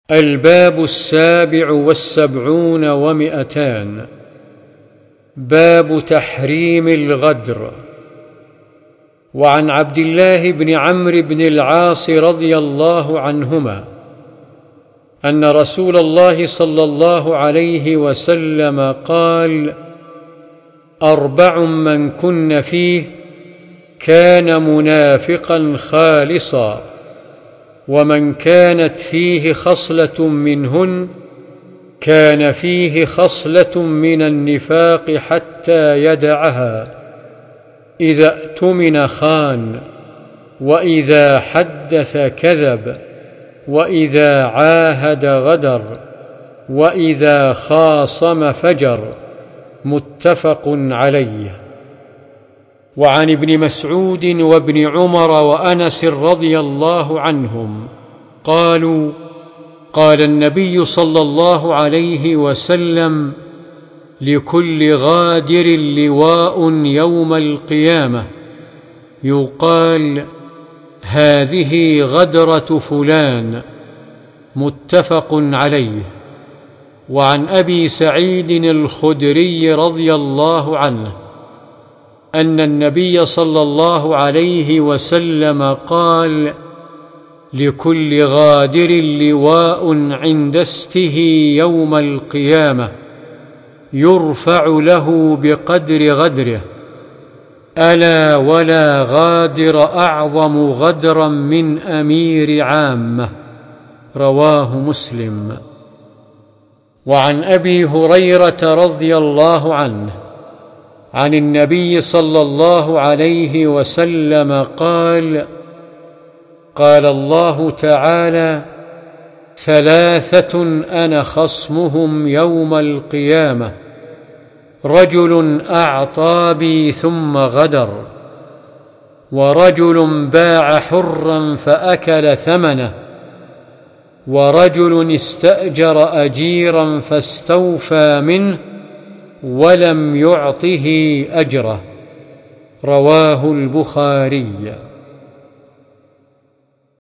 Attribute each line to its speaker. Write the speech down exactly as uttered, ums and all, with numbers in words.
Speaker 1: الباب السابع والسبعون ومئتان. باب تحريم الغدر. وعن عبد الله بن عمرو بن العاص رضي الله عنهما أن رسول الله صلى الله عليه وسلم قال: أربع من كن فيه كان منافقا خالصا، ومن كانت فيه خصلة منهن كان فيه خصلة من النفاق حتى يدعها: إذا اؤتمن خان، وإذا حدث كذب، وإذا عاهد غدر، وإذا خاصم فجر. متفق عليه. وعن ابن مسعود وابن عمر وأنس رضي الله عنهم قالوا: قال النبي صلى الله عليه وسلم: لكل غادر لواء يوم القيامة، يقال: هذه غدرة فلان. متفق عليه. وعن أبي سعيد الخدري رضي الله عنه أن النبي صلى الله عليه وسلم قال: لكل غادر لواء عند استه يوم القيامة، يرفع له بقدر غدره. ألا ولا غادر أعظم غدرا من أمير عامة. رواه مسلم. وعن أبي هريرة رضي الله عنه عن النبي صلى الله عليه وسلم قال: قال الله تعالى: ثلاثة أنا خصمهم يوم القيامة: رجل أعطى بي ثم غدر، ورجل باع حرا فأكل ثمنه، ورجل استأجر أجيرا فاستوفى منه ولم يعطه أجره. رواه البخاري.